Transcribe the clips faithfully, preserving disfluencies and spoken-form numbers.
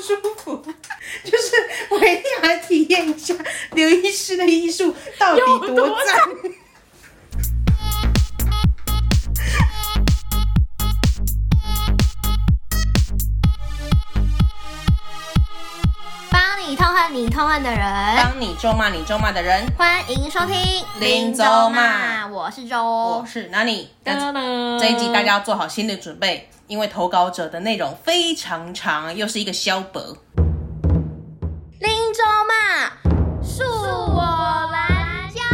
舒服，就是我一定要来体验一下刘医师的医术到底多赞。 帮你痛恨你痛恨的人， 帮你咒骂你咒骂的人， 欢迎收听林州骂， 我是周， 我是哪里？这一集大家要做好心理准备，因为投稿者的内容非常长，又是一个小本。 林州骂，恕我蓝教，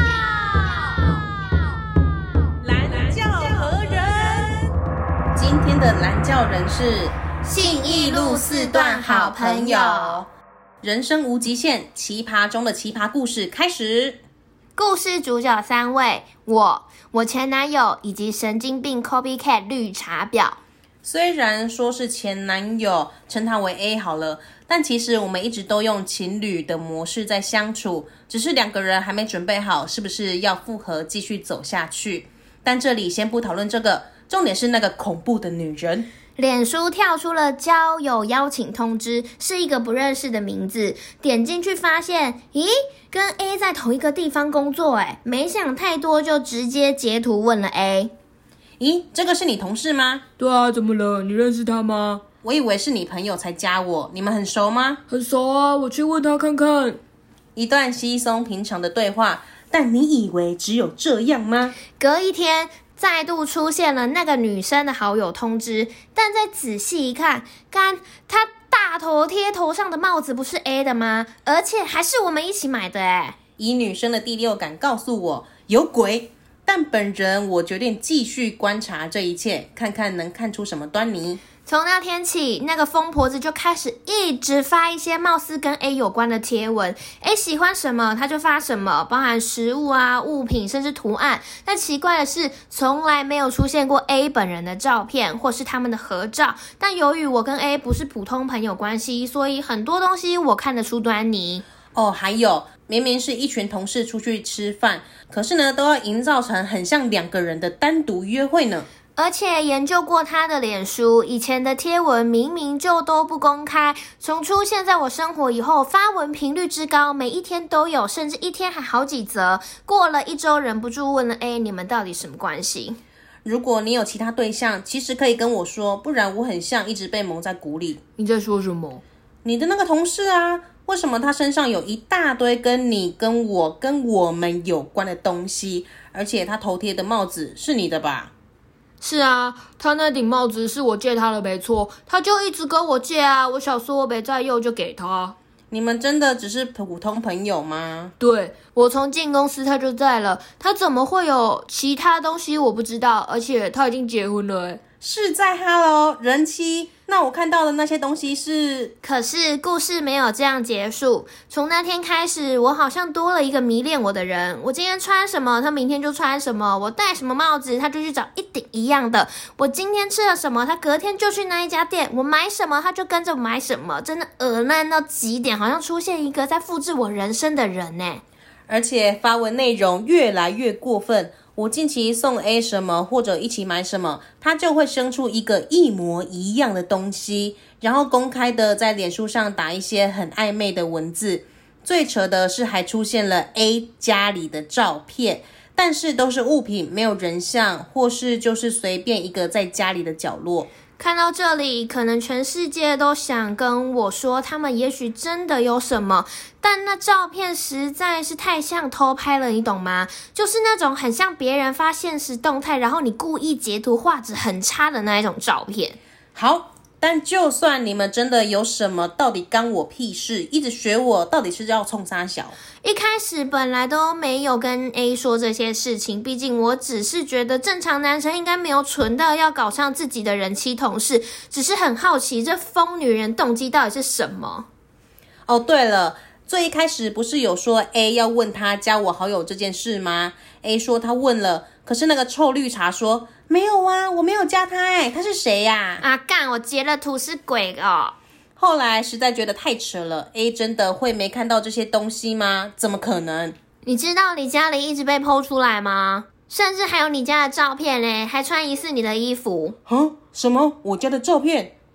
蓝教何人？今天的蓝教人是信义路四段好朋友。 人生无极限，奇葩中的奇葩故事开始。 故事主角三位，我、我前男友以及神经病 copycat 绿茶婊。 虽然说是前男友，称他为 A 好了，但其实我们一直都用情侣的模式在相处，只是两个人还没准备好是不是要复合继续走下去。但这里先不讨论这个，重点是那个恐怖的女人。 脸书跳出了交友邀请通知，是一个不认识的名字，点进去发现，咦，跟 A 在同一个地方工作，诶，没想太多就直接截图问了 A。 咦，这个是你同事吗？ 对啊，怎么了？你认识他吗？ 我以为是你朋友才加我，你们很熟吗？ 很熟啊，我去问他看看。 一段稀松平常的对话，但你以为只有这样吗？ 隔一天再度出现了那个女生的好友通知，但再仔细一看，干，她大头贴头上的帽子不是 A 的吗？而且还是我们一起买的诶。 以女生的第六感告诉我有鬼，但本人我决定继续观察这一切，看看能看出什么端倪。 从那天起，那个疯婆子就开始一直发一些貌似跟 A 有关的贴文， A 喜欢什么他就发什么，包含食物啊、物品甚至图案。但奇怪的是，从来没有出现过 A 本人的照片或是他们的合照。但由于我跟 A 不是普通朋友关系，所以很多东西我看得出端倪。 哦，还有明明是一群同事出去吃饭，可是呢都要营造成很像两个人的单独约会呢。 而且研究过他的脸书，以前的贴文明明就都不公开，从出现在我生活以后，发文频率之高，每一天都有，甚至一天还好几则。过了一周，忍不住问了 A， 你们到底什么关系？ 如果你有其他对象，其实可以跟我说，不然我很像一直被蒙在鼓里。 你在说什么？ 你的那个同事啊，为什么他身上有一大堆跟你、跟我、跟我们有关的东西？而且他头贴的帽子是你的吧？ 是啊，他那顶帽子是我借他的没错，他就一直跟我借啊，我想说我没在用就给他。 你们真的只是普通朋友吗？ 对，我从进公司他就在了，他怎么会有其他东西我不知道，而且他已经结婚了耶。 是在哈喽人妻，那我看到的那些东西是…… 可是故事没有这样结束。从那天开始，我好像多了一个迷恋我的人。我今天穿什么，他明天就穿什么；我戴什么帽子，他就去找一顶一样的；我今天吃了什么，他隔天就去那一家店；我买什么，他就跟着买什么。真的恶烂到极点，好像出现一个在复制我人生的人耶。 而且发文内容越来越过分。我近期送 A 什么或者一起买什么，他就会生出一个一模一样的东西，然后公开的在脸书上打一些很暧昧的文字。最扯的是还出现了 A 家里的照片，但是都是物品，没有人像，或是就是随便一个在家里的角落。 看到这里，可能全世界都想跟我说他们也许真的有什么，但那照片实在是太像偷拍了，你懂吗？就是那种很像别人发现实动态，然后你故意截图画质很差的那一种照片。 好，但就算你们真的有什么，到底干我屁事？一直学我，到底是要冲啥小？ 一开始本来都没有跟 A 说这些事情，毕竟我只是觉得正常男生应该没有蠢到要搞上自己的人妻同事，只是很好奇这疯女人动机到底是什么。 哦，对了，最一开始不是有说 A 要问他加我好友这件事吗？ A 说他问了，可是那个臭绿茶说没有啊，我没有加他哎，他是谁呀？ 啊干，我截了图是鬼哦。 后来实在觉得太扯了， A 真的会没看到这些东西吗？怎么可能？ 你知道你家里一直被po出来吗？甚至还有你家的照片嘞，还穿疑似你的衣服。 啊？什么？我家的照片？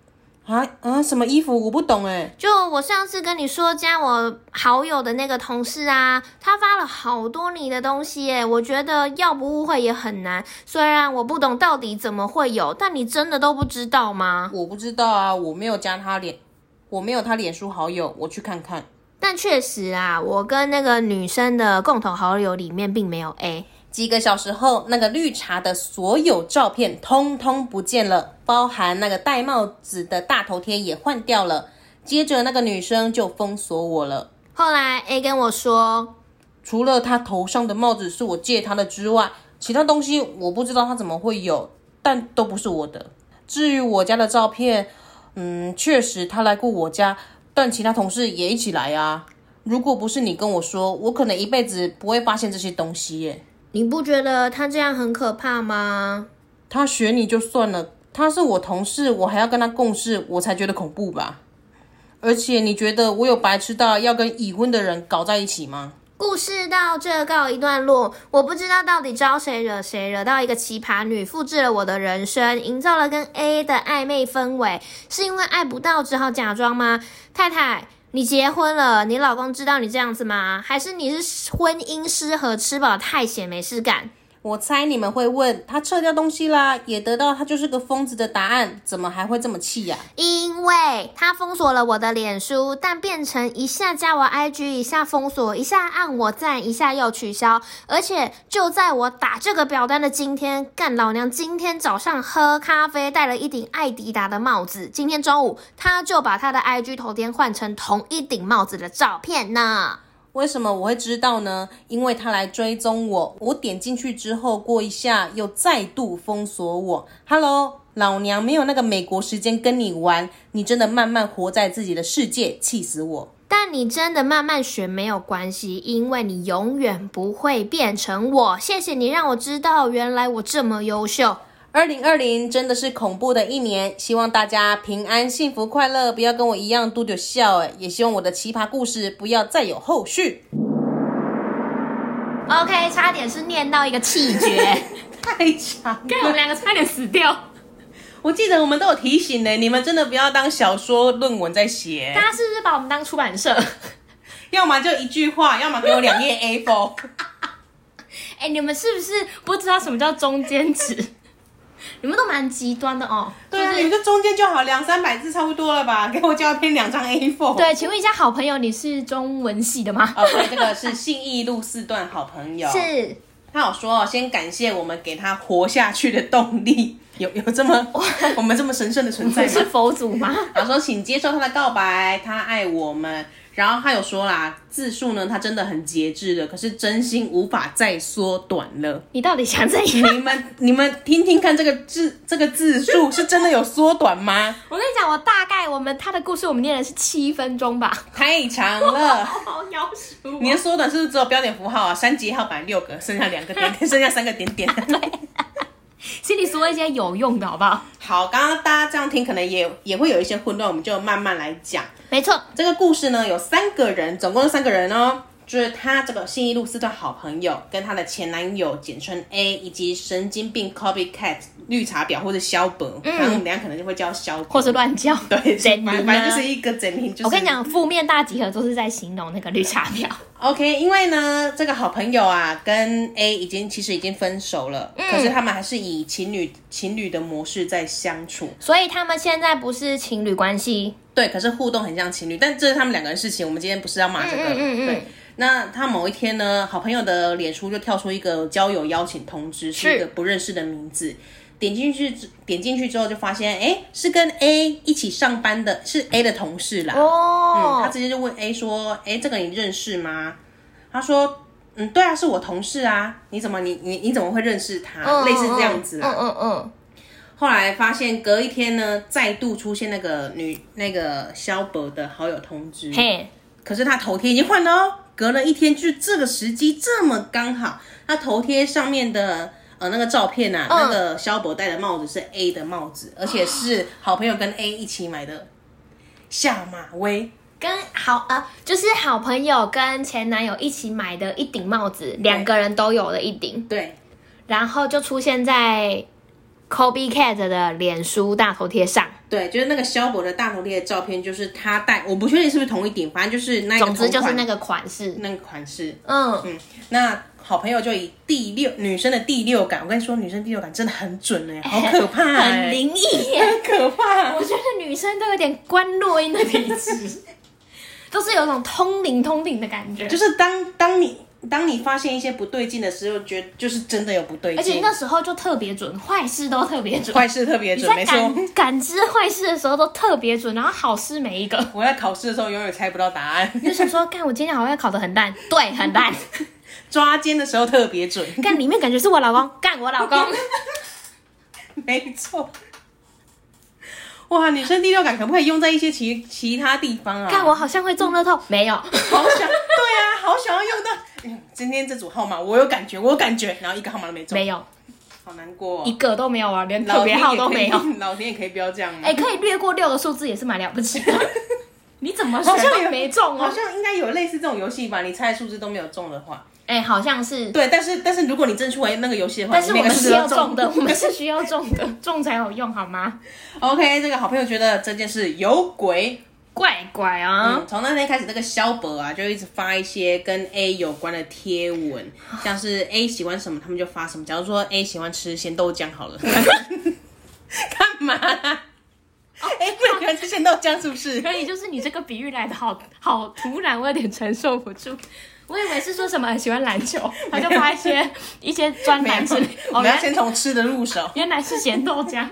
啊啊，什么衣服？我不懂哎。 就我上次跟你说加我好友的那个同事啊，他发了好多你的东西耶，我觉得要不误会也很难。虽然我不懂到底怎么会有，但你真的都不知道吗？ 我不知道啊，我没有加他脸，我没有他脸书好友，我去看看。 但确实啊，我跟那个女生的共同好友里面并没有 A。 几个小时后，那个绿茶的所有照片通通不见了，包含那个戴帽子的大头贴也换掉了。接着那个女生就封锁我了。 后来 A 跟我说， 除了她头上的帽子是我借她的之外，其他东西我不知道她怎么会有，但都不是我的。至于我家的照片，嗯，确实她来过我家，但其他同事也一起来啊。如果不是你跟我说，我可能一辈子不会发现这些东西耶。 你不觉得他这样很可怕吗？ 他学你就算了，他是我同事，我还要跟他共事，我才觉得恐怖吧。而且你觉得我有白痴到要跟已婚的人搞在一起吗？ 故事到这告一段落，我不知道到底招谁惹谁，惹到一个奇葩女，复制了我的人生，营造了跟 A 的暧昧氛围，是因为爱不到只好假装吗？太太，你结婚了，你老公知道你这样子吗？还是你是婚姻失和，吃饱太闲没事干？ 我猜你们会问，他撤掉东西啦，也得到他就是个疯子的答案，怎么还会这么气呀、啊？ 因为他封锁了我的脸书，但变成一下加我 I G， 一下封锁，一下按我赞，一下又取消。而且就在我打这个表单的今天，干老娘今天早上喝咖啡，戴了一顶艾迪达的帽子，今天中午他就把他的 I G 头贴换成同一顶帽子的照片呢。 为什么我会知道呢？因为他来追踪我，我点进去之后，过一下又再度封锁我。Hello， 老娘没有那个美国时间跟你玩，你真的慢慢活在自己的世界，气死我。 但你真的慢慢学没有关系，因为你永远不会变成我。谢谢你让我知道，原来我这么优秀。 二零二零真的是恐怖的一年，希望大家平安、幸福、快乐，不要跟我一样嘟着笑哎，也希望我的奇葩故事不要再有后续。 OK， 差点是念到一个气绝， 太长了， 跟我们两个差点死掉。 我记得我们都有提醒呢，你们真的不要当小说论文在写。 大家是不是把我们当出版社？ 要么就一句话，要么给我两页 A 四。 哎、欸，你们是不是不知道什么叫中间值？你们都蛮极端的哦。 对啊，就是、你就中间就好，两三百字差不多了吧？给我胶片两张 A 四。 对，请问一下，好朋友，你是中文系的吗？ 哦，对，这个是信义路四段好朋友。 是。 他有说，先感谢我们给他活下去的动力，有有这么我们这么神圣的存在吗？ 是佛祖吗？ 他说，请接受他的告白，他爱我们。然后他有说啦，字数呢，他真的很节制的，可是真心无法再缩短了。 你到底想怎样？ 你们你们听听看，这个字这个字数是真的有缩短吗？ 我跟你讲，我大概我们他的故事我们念的是七分钟吧， 太长了。 好要求。 你的缩短是不是只有标点符号啊？三节号本来六个，剩下两个点点，剩下三个点点。 请你说一些有用的好不好？ 好，刚刚大家这样听，可能也也会有一些混乱，我们就慢慢来讲。 没错， 这个故事呢有三个人，总共有三个人哦，就是他这个信义路四段好朋友，跟他的前男友简称 A， 以及神经病 copycat 绿茶婊或者萧伯，嗯，然后我们俩可能就会叫萧伯， 或是乱叫， 对， 整反正就是一个整名。就是我跟你讲，负面大集合都是在形容那个绿茶婊。 OK， 因为呢，这个好朋友啊，跟 A 已经其实已经分手了，嗯、可是他们还是以情侣情侣的模式在相处， 所以他们现在不是情侣关系。 对，可是互动很像情侣，但这是他们两个人的事情，我们今天不是要骂这个。 嗯嗯嗯对，那他某一天呢，好朋友的脸书就跳出一个交友邀请通知，是一个不认识的名字。点进去，点进去之后就发现，哎，是跟 A 一起上班的，是 A 的同事啦。 哦， 嗯，他直接就问 A 说，哎，这个你认识吗？他说，嗯，对啊，是我同事啊。你怎么你你你怎么会认识他？嗯、类似这样子啦。 嗯嗯嗯。 后来发现隔一天呢，再度出现那个女那个萧伯的好友通知。 嘿， 可是他头贴已经换了哦，隔了一天，就是这个时机这么刚好，他头贴上面的。呃，那个照片啊，嗯、那个萧伯戴的帽子是 A 的帽子，而且是好朋友跟 A 一起买的下马威， 跟好呃，就是好朋友跟前男友一起买的一顶帽子，两个人都有的一顶， 对， 然后就出现在 Kobe Cat 的脸书大头贴上。 对，就是那个萧伯的大头贴的照片，就是他戴，我不确定是不是同一顶，反正就是那个总之就是那个款式， 那个款式。 嗯嗯，那好朋友就以第六女生的第六感，我跟你说，女生第六感真的很准哎、欸，好可怕、欸， 很灵异耶， 很可怕。 我觉得女生都有点观落阴的体质，都是有种通灵通灵的感觉。 就是当当你当你发现一些不对劲的时候，觉得就是真的有不对劲， 而且那时候就特别准，坏事都特别准， 坏事特别准，没错。 感感知坏事的时候都特别准，然后好事每一个。 我在考试的时候永远猜不到答案， 就想说，干我今天好像考得很烂，对，很烂。 抓奸的时候特别准， 干里面感觉是我老公，干我老公， 没错。哇，女生第六感可不可以用在一些其其他地方啊？ 干我好像会中乐透，没有， 好想，对啊，好想要用到。嗯，今天这组号码我有感觉，我有感觉，然后一个号码都没中， 没有， 好难过、哦， 一个都没有啊，连特别号都没有。 老天也可以不要这样吗？ 哎、欸，可以略过六个数字也是蛮了不起的。你怎么选都没中哦？ 好像应该有类似这种游戏吧？你猜数字都没有中的话。 哎、欸，好像是对，但是但是如果你真去玩那个游戏的话， 但是我们是要中中的，我们是需要中的，中才有用好吗 ？OK， 这个好朋友觉得这件事有鬼， 怪怪啊！ 嗯，从那天开始，那个萧伯啊，就一直发一些跟 A 有关的贴文，像是 A 喜欢什么，他们就发什么。假如说 A 喜欢吃咸豆浆，好了，干嘛、啊？哎、欸，不能喜欢吃咸豆浆是不是？ 可以，就是你这个比喻来的好好突然，我有点承受不住。我以为是说什么喜欢篮球，他就发一些一些专栏之类。 我们要先从吃的入手。 原来是咸豆浆。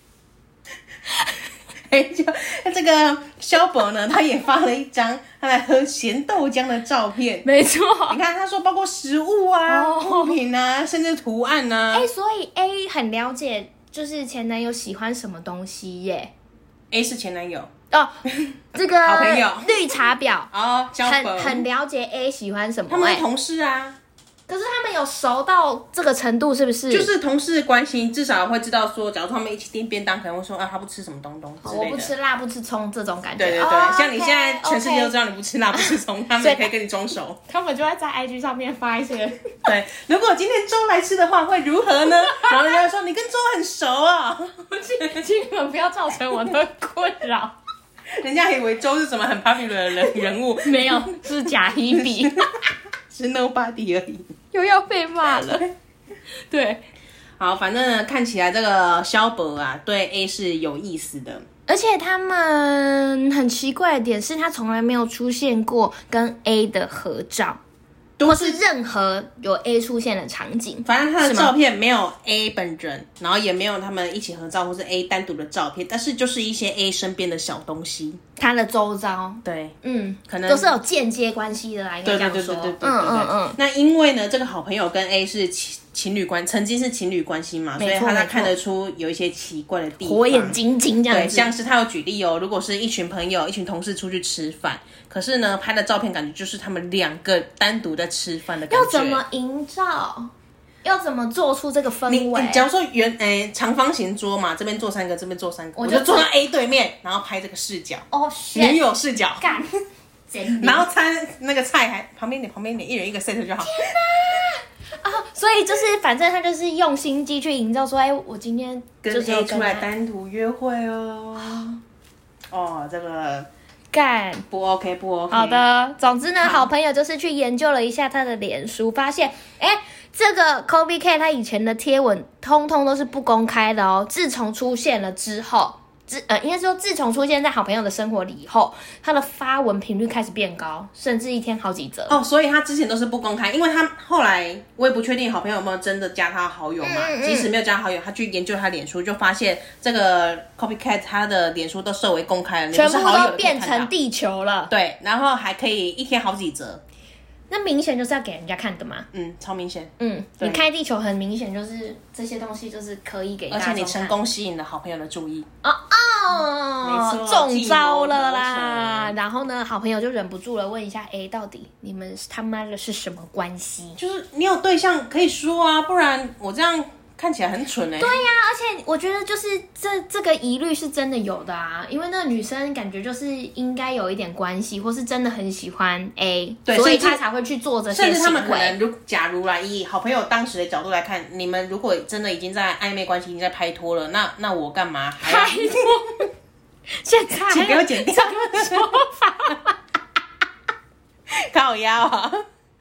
哎，就这个萧伯呢，他也发了一张他在喝咸豆浆的照片。 没错， 你看他说包括食物啊、物、oh. 品啊，甚至图案啊。 哎、欸，所以 A 很了解，就是前男友喜欢什么东西耶。 A 是前男友哦，这个好朋友绿茶婊哦， 很很了解 A 喜欢什么， 他们是同事啊。 可是他们有熟到这个程度，是不是？ 就是同事关系，至少会知道说，假如他们一起订便当，可能会说啊，他不吃什么东东之类的。 我不吃辣，不吃葱这种感觉。 对对对，哦、像你现在全世界都知道你不吃辣、不吃葱，他们也可以跟你装熟。 他们就会在 I G 上面发一些， 对，如果今天周来吃的话，会如何呢？然后人家说你跟周很熟啊， 请你们不要造成我的困扰。 人家以为周是什么很 popular 的人人物， 没有，是假 Hebe， 是 nobody 而已。 又要被骂了。对， 好，反正呢，看起来这个萧伯啊，对 A 是有意思的。 而且他们很奇怪的点是，他从来没有出现过跟 A 的合照。或是任何有 A 出现的场景， 反正他的照片没有 A 本人，然后也没有他们一起合照或是 A 单独的照片，但是就是一些 A 身边的小东西， 他的周遭， 对， 嗯， 可能都是有间接关系的啦，应该这样说。 对对对对对对对， 嗯嗯嗯。 那因为呢，这个好朋友跟 A 是情情侣关，曾经是情侣关系嘛，所以他他看得出有一些奇怪的地方， 火眼金睛这样子。 对，像是他有举例哦，如果是一群朋友、一群同事出去吃饭，可是呢，拍的照片感觉就是他们两个单独在吃饭的感觉。 要怎么营造？要怎么做出这个氛围？ 你假如说圆诶长方形桌嘛，这边坐三个，这边坐三个，我就坐到 A 对面，然后拍这个视角， 哦， 女友视角， 干， 然后餐那个菜还旁边点旁边点，一人一个 set 就好。 天哪！啊，所以就是反正他就是用心机去营造说，哎，我今天跟 A 出来单独约会哦。哦，这个。 干不 OK 不 OK。 好的，总之呢，好朋友就是去研究了一下他的脸书，发现，哎，这个 Kobe Cat 他以前的贴文通通都是不公开的哦。自从出现了之后，自呃应该说自从出现在好朋友的生活里以后，他的发文频率开始变高，甚至一天好几则。 哦，所以他之前都是不公开，因为他后来我也不确定好朋友有没有真的加他好友嘛。嗯嗯、即使没有加好友，他去研究他脸书，就发现这个 Kobe Cat 他的脸书都设为公开了， 全部都变成地球了。 对，然后还可以一天好几则。 那明显就是要给人家看的嘛。 嗯，超明显。 嗯，你开地球很明显就是这些东西就是可以给大家看， 而且你成功吸引了好朋友的注意。 哦哦，没错，中招了啦。然后呢，好朋友就忍不住了，问一下，哎，到底你们他妈的是什么关系？ 就是你有对象可以说啊，不然我这样看起来很蠢哎、欸。 对呀、啊，而且我觉得就是这这个疑虑是真的有的啊，因为那个女生感觉就是应该有一点关系，或是真的很喜欢 A， 对， 所以她才会去做这些行为。 甚至他们可能如假如啦，以好朋友当时的角度来看，你们如果真的已经在暧昧关系，已经在拍拖了，那那我干嘛还要？ 拍拖？现在请给我剪掉这个说法， 靠腰啊！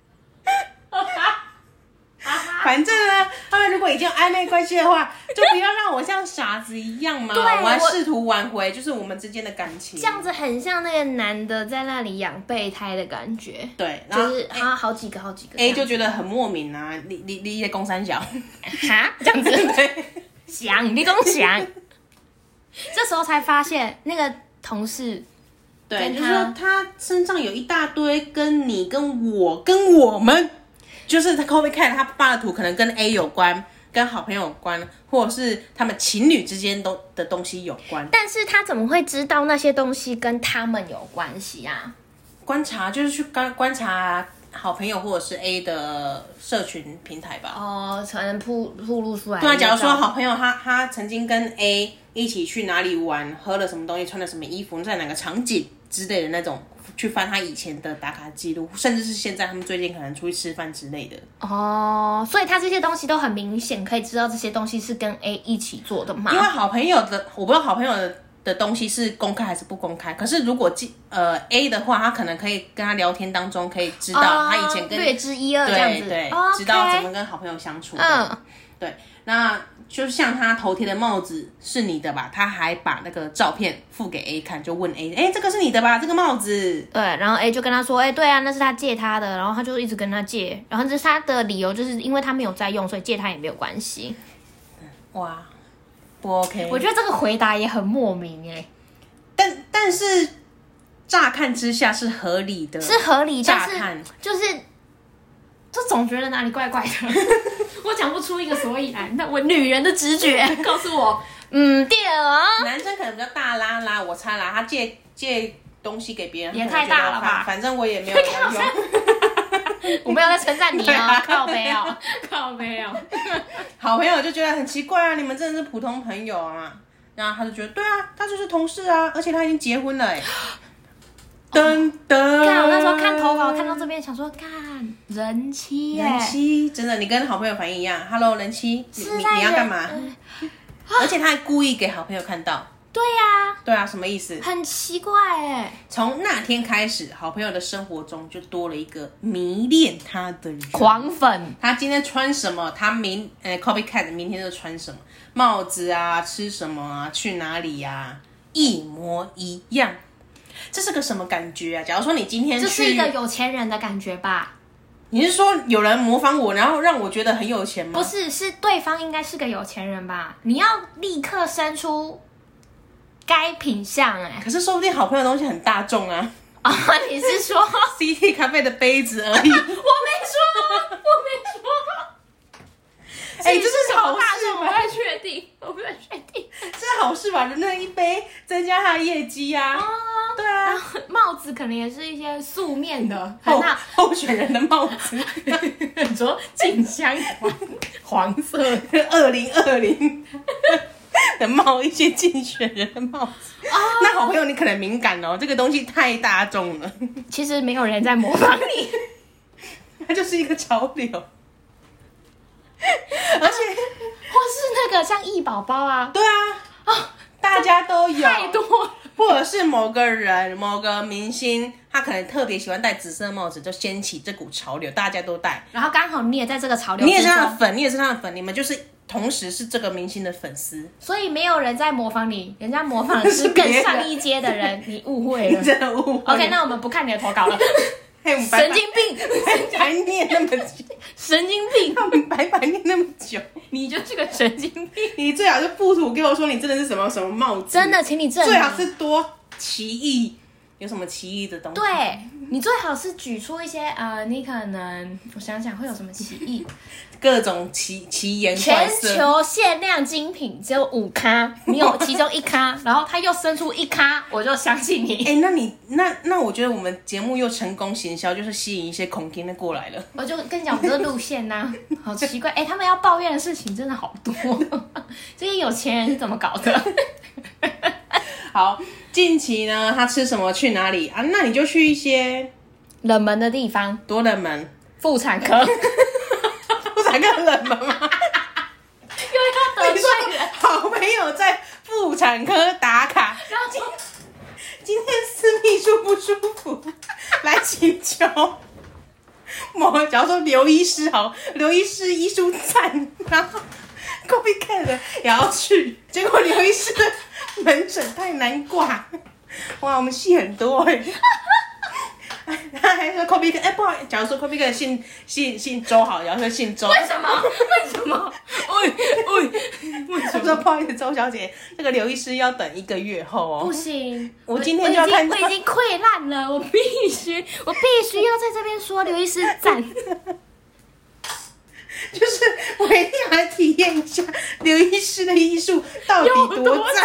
反正呢，他们如果已经有暧昧关系的话，就不要让我像傻子一样嘛。 对我还试图挽回，就是我们之间的感情。 这样子很像那个男的在那里养备胎的感觉。 对，然后就是啊，好几个好几个。 A 就觉得很莫名啊，你你你在攻三小， 哈，这样子对， 想你跟我想，这时候才发现那个同事。 对，就是说他身上有一大堆跟你、跟我、跟我们，就是他会不会看他发的图，可能跟 A 有关，跟好朋友有关，或者是他们情侣之间都的东西有关。 但是他怎么会知道那些东西跟他们有关系啊？ 观察就是去观观察好朋友或者是 A 的社群平台吧。 哦，可能铺铺露出来。 对啊，假如说好朋友他他曾经跟 A 一起去哪里玩，喝了什么东西，穿了什么衣服，在哪个场景之类的那种，去翻他以前的打卡记录，甚至是现在他们最近可能出去吃饭之类的。 哦，所以他这些东西都很明显可以知道这些东西是跟 A 一起做的嘛？ 因为好朋友的，我不知道好朋友的的东西是公开还是不公开。可是如果呃 A 的话，他可能可以跟他聊天当中可以知道他以前跟、 哦、略知一二这样子， 对对， okay 知道怎么跟好朋友相处。嗯，对，那。就像他头贴的帽子是你的吧，他还把那个照片付给 A 看，就问 A， 哎、欸，这个是你的吧？这个帽子。 对，然后 A 就跟他说，哎、欸，对啊，那是他借他的，然后他就一直跟他借，然后这是他的理由，就是因为他没有在用，所以借他也没有关系。 哇，不 OK。 我觉得这个回答也很莫名哎、欸， 但但是乍看之下是合理的， 是合理， 乍看就是。就总觉得哪里怪怪的，我讲不出一个所以然。那我女人的直觉告诉我，嗯，对啊。 男生可能比较大拉拉，我猜啦，他借借东西给别人也太大了吧？ 反正我也没有要用。 我没有在称赞你哦，靠北哦，靠北哦。 好朋友就觉得很奇怪啊，你们真的是普通朋友啊？然后他就觉得，对啊，他就是同事啊，而且他已经结婚了哎。噔噔！ 看我那时候看投稿看到这边，想说，看人妻耶， 人妻真的，你跟好朋友反应一样。Hello， 人妻，你你你要干嘛？嗯、而且他还故意给好朋友看到。 对呀、啊， 对啊，什么意思？ 很奇怪哎。 从那天开始，好朋友的生活中就多了一个迷恋他的人， 狂粉。 他今天穿什么，他明呃 copycat 明天就穿什么，帽子啊，吃什么啊，去哪里呀、啊，一模一样。这是个什么感觉啊？假如说你今天去， 这是一个有钱人的感觉吧？ 你是说有人模仿我，然后让我觉得很有钱吗？ 不是，是对方应该是个有钱人吧？你要立刻生出该品相哎、欸。 可是说不定好朋友的东西很大众啊。 啊、哦，你是说 C T 咖啡的杯子而已？我没说，我没说。 哎、欸，这是好事吧？ 我不太确定，我不太确定。 这是好事吧？那一杯增加他的业绩呀、啊。哦，对啊。 然后帽子可能也是一些素面的， 候候选人的帽子， 你说静香黄黄色二零二零的帽，一些竞选人的帽子。哦，那好朋友，你可能敏感哦，这个东西太大众了。 其实没有人在模仿你， 它就是一个潮流。而且，或是那个像易宝宝啊， 对啊，哦，大家都有， 太多了。 或者是某个人、某个明星，他可能特别喜欢戴紫色帽子，就掀起这股潮流，大家都戴。 然后刚好你也在这个潮流， 你也是他的粉，你也是他的粉，你们就是同时是这个明星的粉丝， 所以没有人在模仿你，人家模仿的是更上一阶的人，你误会了， 你真的误会。 OK， 那我们不看你的投稿了。 神经病， 白白念那么久， 神经病， 他们白白念那么久， 你就是个神经病。 你最好就附图给我说你真的是什么什么帽子， 真的，请你证明， 最好是多奇异， 有什么奇异的东西？ 对，你最好是举出一些呃，你可能我想想会有什么奇异， 各种奇奇言怪全色。 球限量精品只有五咖，你有其中一咖，然后他又生出一咖，我就相信你。 哎、欸，那你那那我觉得我们节目又成功行销，就是吸引一些恐惊的过来了。 我就跟你讲，我们这个路线呢、啊，好奇怪，哎、欸，他们要抱怨的事情真的好多，这些有钱人是怎么搞的？ 好，近期呢，他吃什么去哪里啊？那你就去一些冷门的地方， 多冷门， 妇产科， 妇产科冷门吗？ 又要得罪人。 好朋友在妇产科打卡， 然后今今天私密舒不舒服？来请求。某，假如说刘医师好，刘医师医术赞，然后 copycat 也要去，结果刘医师的门诊太难挂，哇，我们戏很多哎、欸。他还说 copycat， 哎、欸，不好意思，假如说 copycat 姓姓姓周好，然后说姓周， 为什么？为什么？ 喂喂，为什么？说不好意思，周小姐，这个刘医师要等一个月后哦。 不行， 我今天就要看到， 我已经溃烂了，我必须，我必须要在这边说刘医师赞。 就是我一定要来体验一下刘医师的医术到底多赞。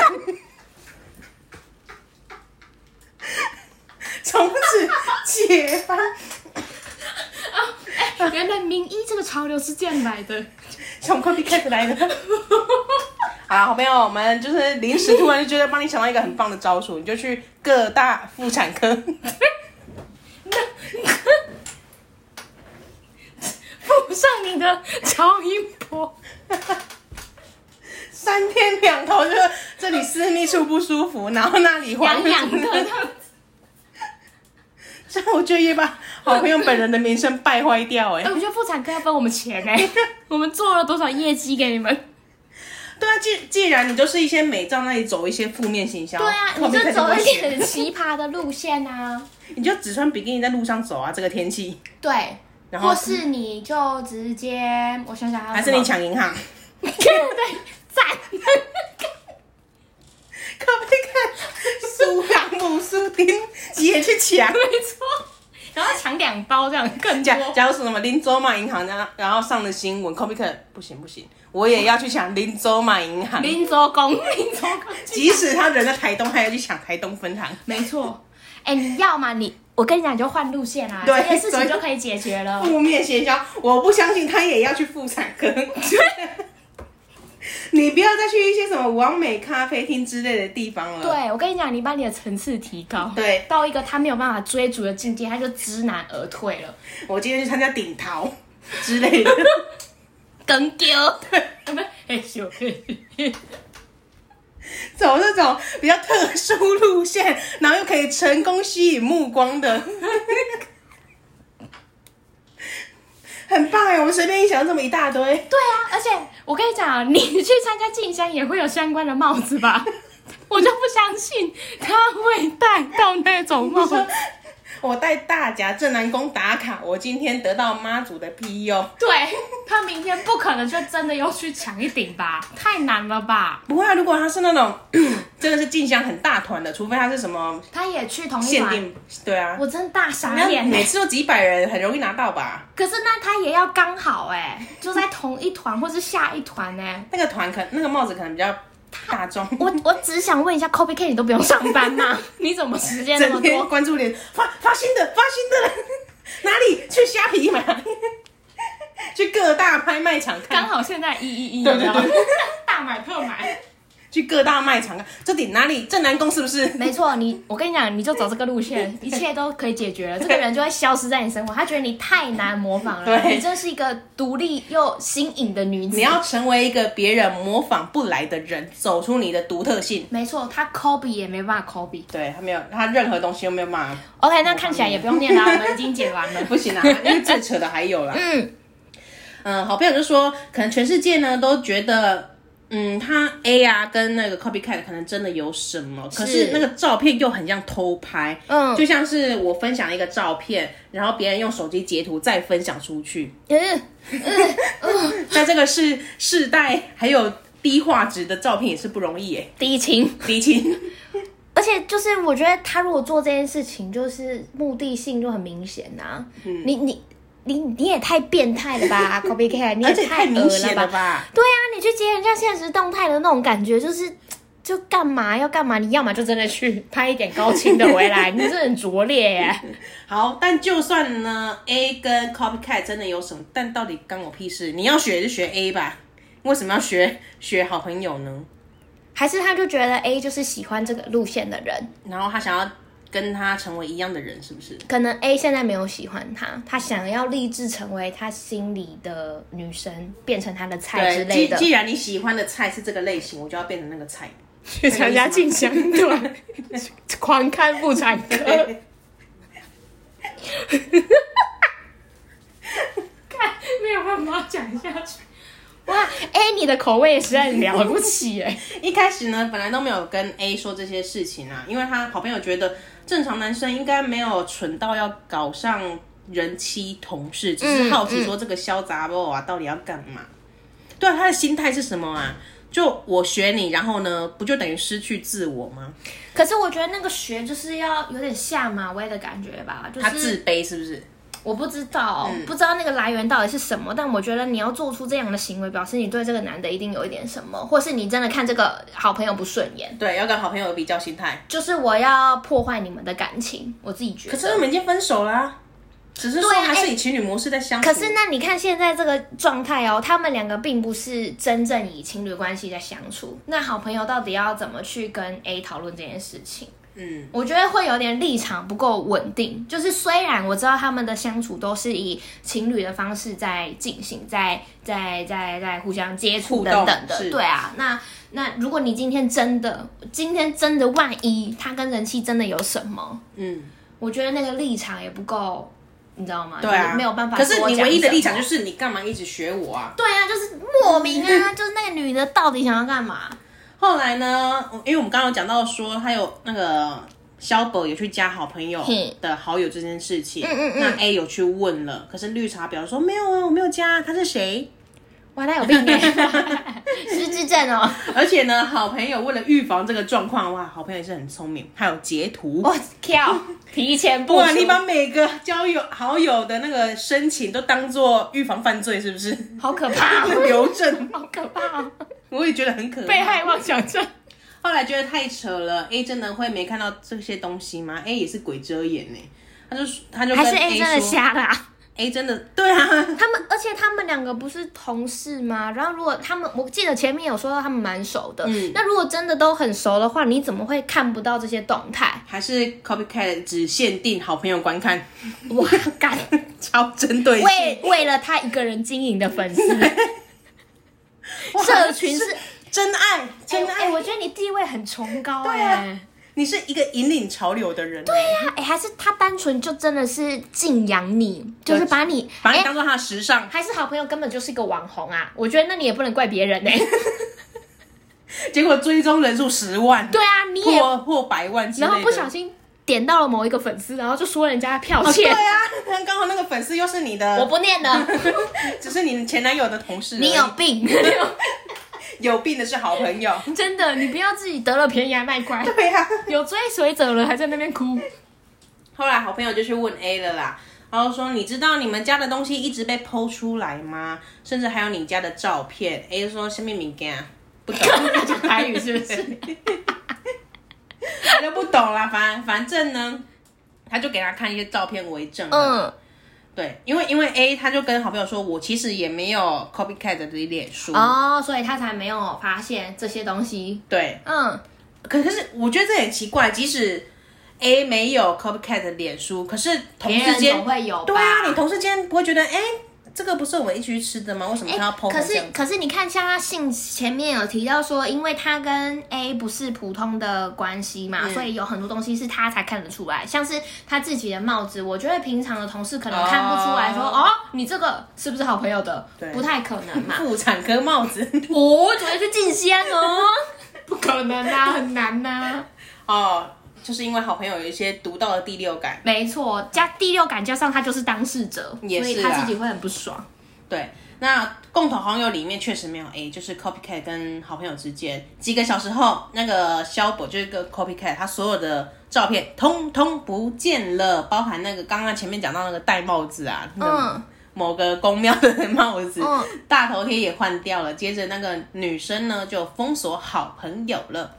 从此解放。 啊欸、原来名医这个潮流是这样来的， 从 copycat 来的。好啦，好朋友，我们就是临时突然就觉得帮你想到一个很棒的招数，你就去各大妇产科。 附上你的超音波。 三天两头就这里私密处不舒服，然后那里痒痒的。 这样我觉得也把好朋友本人的名声败坏掉哎、欸。 我觉得妇产科要分我们钱哎、欸，我们做了多少业绩给你们？ 对啊，既既然你就是一些美照那里走一些负面形象， 对啊，你就走一点奇葩的路线啊， 你就只穿比基尼在路上走啊，这个天气。 对， 然后或是你就直接，我想想还还是你抢银行， 对，赞。 可不可以看苏朗姆苏丁也去抢？ 没错，然后抢两包这样更假多。 假如说什么林州嘛银行，然后然后上了新闻 ，copy cat 不行不行，我也要去抢林州嘛银行。 林州公，林州公， 即使他人在台东，还要去抢台东分行。 没错。哎、欸，你要嘛你，我跟你讲，你就换路线啊，这件事情就可以解决了。 负面行销，我不相信他也要去妇产科。你不要再去一些什么完美咖啡厅之类的地方了。 对，我跟你讲，你把你的层次提高， 对， 到一个他没有办法追逐的境界，他就知难而退了。 我今天去参加顶桃之类的， 更丢，对，嘿咻嘿嘿。 走这种比较特殊路线，然后又可以成功吸引目光的，很棒哎！我们随便一想这么一大堆。对啊，而且我跟你讲，你去参加进香也会有相关的帽子吧？我就不相信他会戴到那种帽子。 我带大甲镇南宫打卡，我今天得到妈祖的庇佑。 对，他明天不可能就真的又去抢一顶吧？太难了吧？ 不会啊，如果他是那种真的是进香很大团的，除非他是什么他也去同一限定，对啊， 我真大傻眼， 每次都几百人，很容易拿到吧？ 可是那他也要刚好哎、欸，就在同一团或是下一团哎、欸， 那个团可那个帽子可能比较大众。 我我只想问一下 ，copycat 你都不用上班吗？你怎么时间那么整天多？ 关注脸发发新的发新的了，哪里去虾皮买？去各大拍卖场看， 刚好现在一一一， 对对对， 大买特买。 去各大卖场看，这顶哪里正南宫是不是？ 没错，你我跟你讲，你就走这个路线，一切都可以解决了。这个人就会消失在你生活，他觉得你太难模仿了。 对， 你真是一个独立又新颖的女子。 你要成为一个别人模仿不来的人，走出你的独特性。 没错，他 copy 也没办法 copy。 对，他没有，他任何东西都没有办法。 OK， 那看起来也不用念了，我们已经解完了。 不行啊，因为最扯的还有啦。嗯嗯，好朋友就说，可能全世界呢都觉得。嗯，他 A 啊跟那个 copycat 可能真的有什么，可是那个照片又很像偷拍，嗯，就像是我分享一个照片，然后别人用手机截图再分享出去，嗯嗯嗯，在这个世世代还有低画质的照片也是不容易耶， 低清低清。 而且且就是我觉得他如果做这件事情，就是目的性就很明显呐、啊嗯。你你你你也太变态了吧 ，copycat， 你也太明显了吧？ 对啊，你去接人家现实动态的那种感觉，就是就干嘛要干嘛？你要么就真的去拍一点高清的回来，你真的很拙劣耶。 好，但就算呢 A 跟 copycat 真的有什么，但到底干我屁事？你要学就学 A 吧，为什么要学学好朋友呢？ 还是他就觉得 A 就是喜欢这个路线的人， 然后他想要跟他成为一样的人，是不是？ 可能 A 现在没有喜欢他，他想要立志成为他心里的女神，变成他的菜之类的。 既, 既然你喜欢的菜是这个类型，我就要变成那个菜。 去参加进香团，狂看妇产科。 看没有办法讲下去。哇 ，A 你的口味也实在很了不起哎！ 一开始呢，本来都没有跟 A 说这些事情啊，因为他好朋友觉得正常男生应该没有蠢到要搞上人妻同事，只是好奇说这个小杂包啊到底要干嘛？对啊，他的心态是什么啊？就我学你，然后呢，不就等于失去自我吗？ 可是我觉得那个学就是要有点下马威的感觉吧，就是他自卑是不是？ 我不知道、嗯，不知道那个来源到底是什么，但我觉得你要做出这样的行为，表示你对这个男的一定有一点什么，或是你真的看这个好朋友不顺眼。 对，要跟好朋友有比较心态， 就是我要破坏你们的感情，我自己觉得。 可是他们已经分手啦、啊，只是说还是以情侣模式在相处。 可是那你看现在这个状态哦，他们两个并不是真正以情侣关系在相处，那好朋友到底要怎么去跟 A 讨论这件事情？嗯，我觉得会有点立场不够稳定。就是虽然我知道他们的相处都是以情侣的方式在进行，在在在在互相接触等等的，对啊。那那如果你今天真的今天真的万一他跟人妻真的有什么，嗯，我觉得那个立场也不够，你知道吗？ 对啊， 没有办法。 可是你唯一的立场就是你干嘛一直学我啊？ 对啊，就是莫名啊，就是那个女的到底想要干嘛？ 后来呢，因为我们刚刚有讲到说，他有那个小宝有去加好朋友的好友这件事情，嗯嗯嗯那 A 有去问了，可是绿茶婊说没有啊，我没有加，他是谁？ 哇，他有病哎，失智症哦。 而且呢，好朋友为了预防这个状况，哇，好朋友也是很聪明，还有截图， 我靠，提前部署。 哇，你把每个交友好友的那个申请都当做预防犯罪，是不是？ 好可怕、哦， 留证， 好可怕、哦。 我也觉得很可怕。 被害妄想症。 后来觉得太扯了 ，A 真的会没看到这些东西吗 ？A 也是鬼遮眼呢，他就他就跟 A 说， 还是 A 真的瞎啦、啊。 A 真的对啊， 他们而且他们两个不是同事吗？然后如果他们，我记得前面有说到他们蛮熟的，嗯，那如果真的都很熟的话，你怎么会看不到这些动态？ 还是 copycat 只限定好朋友观看？ 哇，干超针对性， 为为了他一个人经营的粉丝，社群是真爱，真爱、 欸欸。我觉得你地位很崇高哎、欸。 啊你是一个引领潮流的人， 对呀、啊，哎、欸，还是他单纯就真的是敬仰你，就是把你把你当做他的时尚、欸， 还是好朋友根本就是一个网红啊？我觉得那你也不能怪别人呢、欸。 结果追踪人数十万， 对啊，你也破破百万之类的， 然后不小心点到了某一个粉丝，然后就说人家剽窃、 哦，对啊，刚好那个粉丝又是你的， 我不念了， 只是你前男友的同事， 你有病。 有病的是好朋友， 真的，你不要自己得了便宜还卖乖。 对啊， 有追随者了还在那边哭。 后来好朋友就去问 A 了啦，然后说你知道你们家的东西一直被 po 出来吗？甚至还有你家的照片。A 说什么物件？不懂， 讲台语是不是？ 他就不懂啦，反反正呢，他就给他看一些照片为证。嗯。对，因为因为 A 他就跟好朋友说，我其实也没有 copycat 的脸书哦，所以他才没有发现这些东西。 对，嗯，可是我觉得这很奇怪，即使 A 没有 copycat 的脸书，可是同事间总会有吧？ 对啊，你同事间不会觉得，哎，这个不是我们一起去吃的吗？为什么他要 po 可是可是你看，像他信前面有提到说，因为他跟 A 不是普通的关系嘛、嗯，所以有很多东西是他才看得出来，像是他自己的帽子，我觉得平常的同事可能看不出来说，哦，哦你这个是不是好朋友的？不太可能嘛。 妇产科帽子， 我准备去进香哦， 不可能啊，很难啊。 哦。就是因为好朋友有一些独到的第六感， 没错，加第六感加上他就是当事者， 也是所以他自己会很不爽。 对，那共同好友里面确实没有 A， 就是 Copycat 跟好朋友之间。几个小时后，那个肖博就是个 Copycat， 他所有的照片通通不见了，包含那个刚刚前面讲到那个戴帽子啊，那个某个宫庙的帽子，嗯、大头贴也换掉了。接着那个女生呢就封锁好朋友了。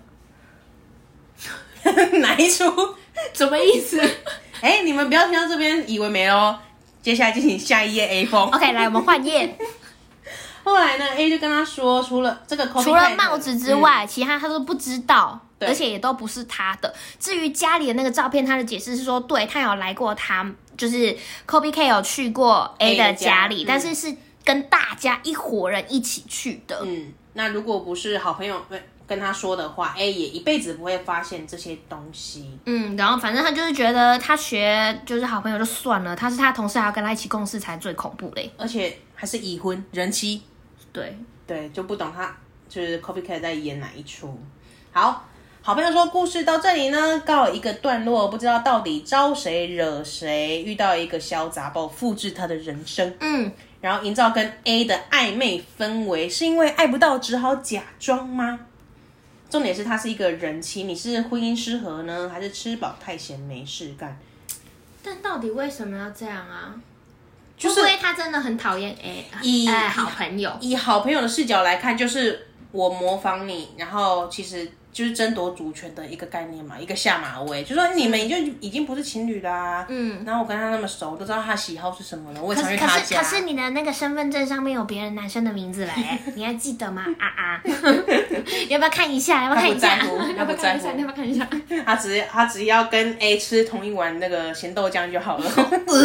哪一出？ 什么意思？ 哎、欸，你们不要听到这边以为没了，接下来进行下一页 A 风。 OK， 来我们换页。 后来呢 ，A 就跟他说，除了这个 Copycat， 除了帽子之外，嗯、其他他都不知道， 而且也都不是他的。至于家里的那个照片，他的解释是说，对他有来过他，就是 Copycat 有去过 A 的家里， A 家但是是跟大家一伙人一起去的。 嗯，那如果不是好朋友跟他说的话 ，A 也一辈子不会发现这些东西。 嗯，然后反正他就是觉得他学就是好朋友就算了，他是他同事还要跟他一起共事才最恐怖嘞， 而且还是已婚人妻。 对对，就不懂他就是 Copycat 在演哪一出。好，好朋友说故事到这里呢告一个段落，不知道到底招谁惹谁，遇到一个小杂包复制他的人生， 嗯， 然后营造跟 A 的暧昧氛围，是因为爱不到只好假装吗？重点是他是一个人妻，你是婚姻失和呢，还是吃饱太闲没事干？ 但到底为什么要这样啊？ 就是会不会他真的很讨厌 A 以、 哎、好朋友？ 以好朋友的视角来看，就是我模仿你，然后其实就是争夺主权的一个概念嘛，一个下马威，就说你们就已经不是情侣啦、啊，嗯，然后我跟他那么熟，都知道他喜好是什么了，我也常去他家。 可是可是你的那个身份证上面有别人男生的名字嘞，你还记得吗？啊啊，要不要看一下？要不要看一下？ 他不在乎， 要不要看一下？ 他只他只要跟 A 吃同一碗那个咸豆浆就好了。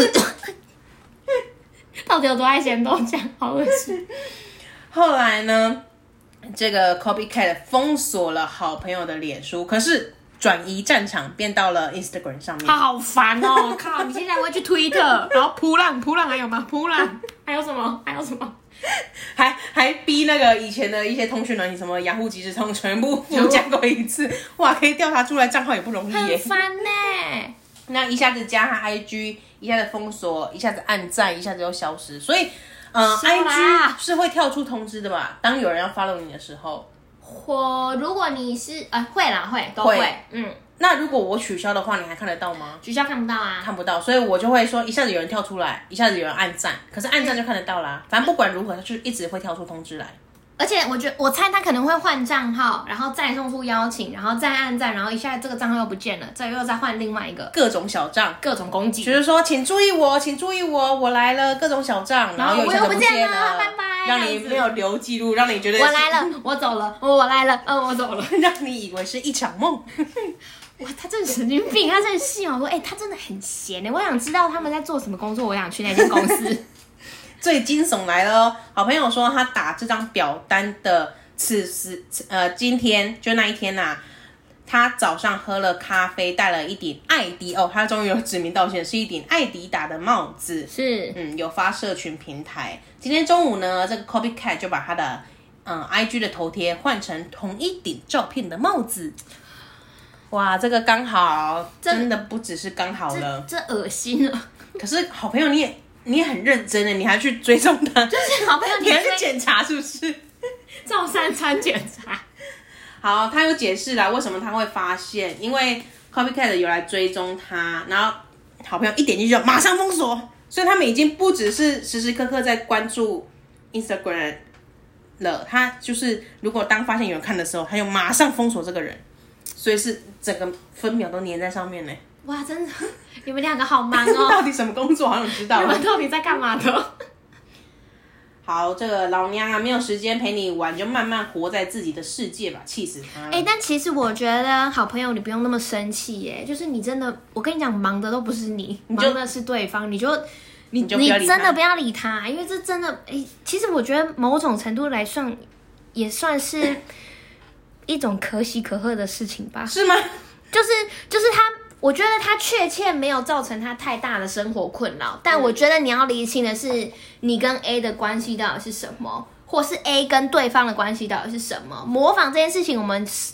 到底有多爱咸豆浆？好恶心。 后来呢，这个 Copycat 封锁了好朋友的脸书，可是转移战场变到了 Instagram 上面。 他好烦哦！靠，你现在会去 Twitter， 然后扑浪扑浪还有吗？扑浪还有什么？还有什么？ 还还逼那个以前的一些通讯软体，什么雅虎即时通，全部复讲过一次。哇，可以调查出来账号也不容易耶， 很烦呢。 那一下子加他 I G， 一下子封锁，一下子按赞，一下子又消失，所以，呃 ，I G 是会跳出通知的吧？当有人要 follow 你的时候， 我如果你是呃会啦会都会，会嗯。 那如果我取消的话，你还看得到吗？ 取消看不到啊， 看不到，所以我就会说，一下子有人跳出来，一下子有人按赞，可是按赞就看得到啦。反正不管如何，它就一直会跳出通知来。 而且我觉得，我猜他可能会换账号，然后再送出邀请，然后再按赞，然后一下这个账号又不见了，再又再换另外一个， 各种小账， 各种攻击， 就是说，请注意我，请注意我，我来了，各种小账，然后又一下子不见了， 拜拜， 让你没有留记录，让你觉得我来了，我走了，我来了，嗯，我走了， 让你以为是一场梦。 哇，他真的神经病，他真的信我说，哎、欸，他真的很闲哎，我想知道他们在做什么工作，我想去那间公司。 最惊悚来了哦！好朋友说他打这张表单的此时，呃，今天就那一天呐、啊，他早上喝了咖啡，戴了一顶艾迪哦，他终于有指名道姓，是一顶艾迪达的帽子， 是， 嗯，有发社群平台。今天中午呢，这个 Copycat 就把他的嗯 I G 的头贴换成同一顶照片的帽子。哇，这个刚好，真的不只是刚好了， 这恶心了。 可是好朋友你也。你也很认真的，你还去追踪他， 就是好朋友， 你还去检查是不是？ 照三餐检查。 好，他有解释啦，为什么他会发现，因为 Copycat 有来追踪他，然后好朋友一点进去就马上封锁，所以他们已经不只是时时刻刻在关注 Instagram 了，他就是如果当发现有人看的时候，他就马上封锁这个人，所以是整个分秒都粘在上面呢。 哇，真的，你们两个好忙哦！ 到底什么工作？好想知道。 你们到底在干嘛的？ 好，这个老娘啊，没有时间陪你玩，就慢慢活在自己的世界吧，气死他！ 哎、欸，但其实我觉得好朋友，你不用那么生气耶，就是你真的，我跟你讲，忙的都不是你，你忙的是对方，你就你你, 就不要理他你真的不要理他，因为这真的，哎、欸，其实我觉得某种程度来算，也算是一种可喜可贺的事情吧？ 是吗？ 就是就是他。我觉得他确切没有造成他太大的生活困扰，但我觉得你要厘清的是，你跟 A 的关系到底是什么，或是 A 跟对方的关系到底是什么。模仿这件事情，我们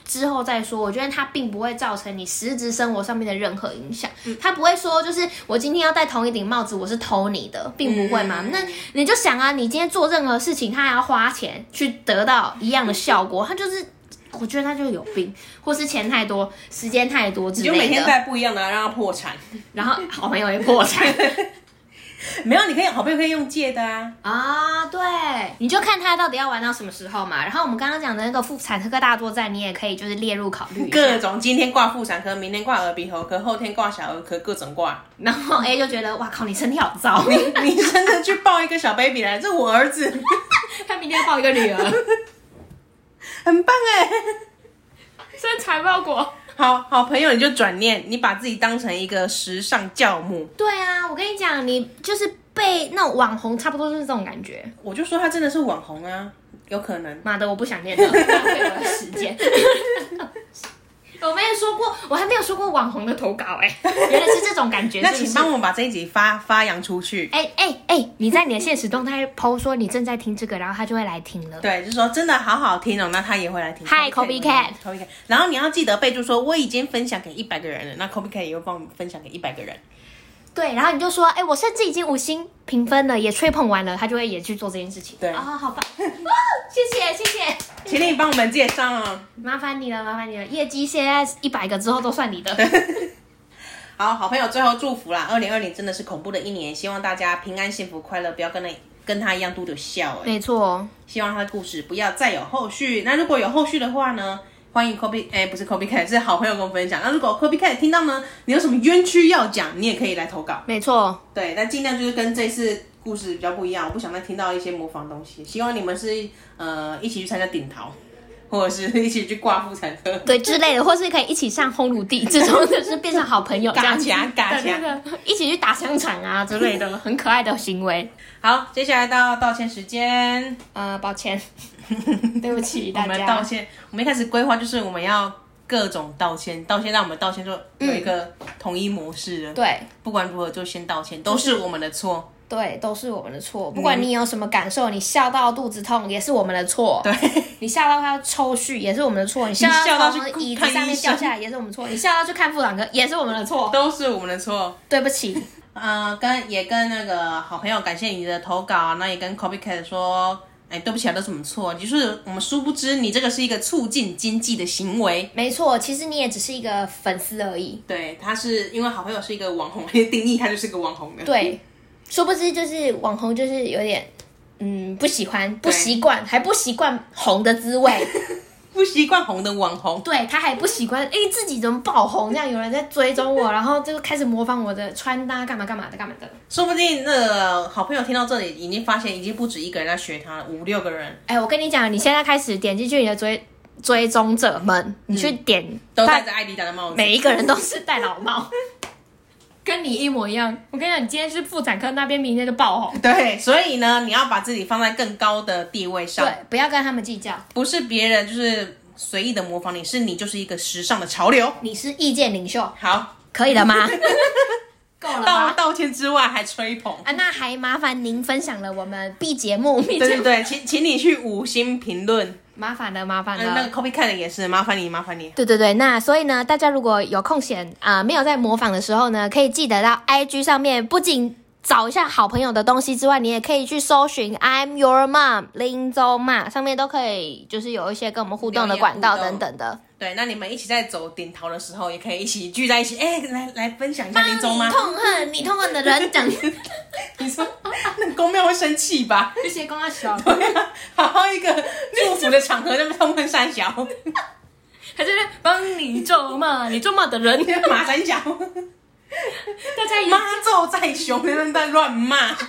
之后再说。我觉得它并不会造成你实质生活上面的任何影响。嗯、它不会说就是我今天要戴同一顶帽子，我是偷你的，并不会嘛。嗯、那你就想啊，你今天做任何事情，他还要花钱去得到一样的效果，他就是。我觉得他就是有病，或是钱太多、时间太多之类的。 你就每天戴不一样的，让他破产， 然后好朋友也破产。 没有，你可以好朋友可以用借的啊。 啊，对，你就看他到底要玩到什么时候嘛。然后我们刚刚讲的那个妇产科大作战，你也可以就是列入考虑一下。 各种今天挂妇产科，明天挂耳鼻喉科，后天挂小儿科，各种挂。 然后 A 就觉得哇靠，你身体好糟， 你你真的去抱一个小 baby 来，这是我儿子， 他明天抱一个女儿。 很棒哎， 身材包裹， 好好朋友你就转念，你把自己当成一个时尚教母。 对啊，我跟你讲，你就是被那种网红差不多就是这种感觉。 我就说他真的是网红啊，有可能。 妈的，我不想念了，浪费我的时间。我没有说过，我还没有说过网红的投稿哎、欸，原来是这种感觉。 那请帮我们把这一集发发扬出去。 哎哎哎，你在你的现实动态 po 说你正在听这个，然后他就会来听了。 对，就说真的好好听哦，那他也会来听。 Hi Copycat，Copycat， 然后你要记得备注说我已经分享给一百个人了，那 Copycat 也会帮我们分享给一百个人。 对，然后你就说，哎、欸，我甚至已经五星评分了，也吹捧完了，他就会也去做这件事情。 对， 啊、哦，好棒，哦、谢谢谢谢， 请你帮我们介绍哦， 麻烦你了，麻烦你了，业绩现在一百个之后都算你的。 好，好朋友最后祝福啦，二零二零真的是恐怖的一年，希望大家平安幸福快乐，不要跟那跟他一样嘟嘟笑哎。 没错， 希望他的故事不要再有后续。那如果有后续的话呢？欢迎 Copy， 哎、欸，不是 Copycat， 是好朋友跟我分享。那如果 Copycat 听到呢，你有什么冤屈要讲，你也可以来投稿。 没错， 对，但尽量就是跟这次故事比较不一样，我不想再听到一些模仿东西。希望你们是呃一起去参加顶桃，或者是一起去挂妇产科， 对之类的，或是可以一起上烘炉地，这种就是变成好朋友， 嘎夹嘎夹， 一起去打香肠啊之类的，很可爱的行为。 好，接下来到道歉时间。 呃，抱歉。对不起大家， 我们道歉。我们一开始规划就是我们要各种道歉，道歉让我们道歉就有一个统一模式了。 嗯、对， 不管如何就先道歉，都是我们的错。 对，都是我们的错。不管你有什么感受，你笑到肚子痛也是我们的错。 对， 你笑到他抽搐也是我们的错。你笑到从椅子上面掉下来也是我们的错。你笑到去看妇产科也是我们的错， 都是我们的错。 对不起。 呃，跟也跟那个好朋友感谢你的投稿，那也跟 Copycat 说。哎，对不起啊，都是我们错。就是我们殊不知，你这个是一个促进经济的行为。 没错，其实你也只是一个粉丝而已。 对，他是因为好朋友是一个网红，定义他就是个网红的。 对，殊不知就是网红就是有点嗯不喜欢、不习惯，还不习惯红的滋味。 不习惯红的网红， 对，他还不习惯，哎，自己怎么爆红？这样有人在追踪我，然后就开始模仿我的穿搭，干嘛干嘛的，干嘛的。 说不定那个好朋友听到这里，已经发现已经不止一个人在学他了，五六个人。 哎，我跟你讲，你现在开始点进去你的追追踪者们，你去点，嗯、 都戴着艾迪达的帽子， 每一个人都是戴老帽。跟你一模一样，我跟你讲，你今天是妇产科那边，明天就爆红。 对，所以呢，你要把自己放在更高的地位上， 对，不要跟他们计较， 不是别人就是随意的模仿你，是你就是一个时尚的潮流， 你是意见领袖。 好， 可以了吗？够了吧？ 道歉之外还吹捧啊，那还麻烦您分享了我们 B 节目， 对对对，请请你去五星评论。 麻烦了，麻烦了。 嗯、那个 Copycat 的也是，麻烦你，麻烦你。 对对对，那所以呢，大家如果有空闲啊、呃，没有在模仿的时候呢，可以记得到 I G 上面，不仅找一下好朋友的东西之外，你也可以去搜寻 I'm Your Mom 林州妈，上面都可以，就是有一些跟我们互动的管道等等的。 对，那你们一起在走顶桃的时候，也可以一起聚在一起，哎，来来分享一下林州妈。 你痛恨你痛恨的人讲， 你说那公庙会生气吧？ 这些公他小， 对啊，好好一个祝福的场合，那么痛恨三小， 还是帮你咒骂你咒骂的人骂三小， 大家妈咒再凶，那人在乱骂，那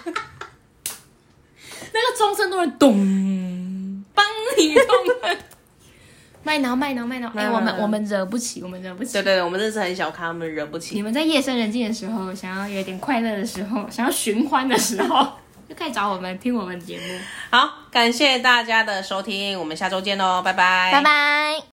个钟声都能咚，帮你痛恨。卖挠卖挠卖挠，哎、欸，我们我们惹不起，我们惹不起。 对对对，我们这是很小咖，我们惹不起。 你们在夜深人静的时候，想要有点快乐的时候，想要寻欢的时候，就可以找我们听我们节目。 好，感谢大家的收听，我们下周见喽，拜拜， 拜拜。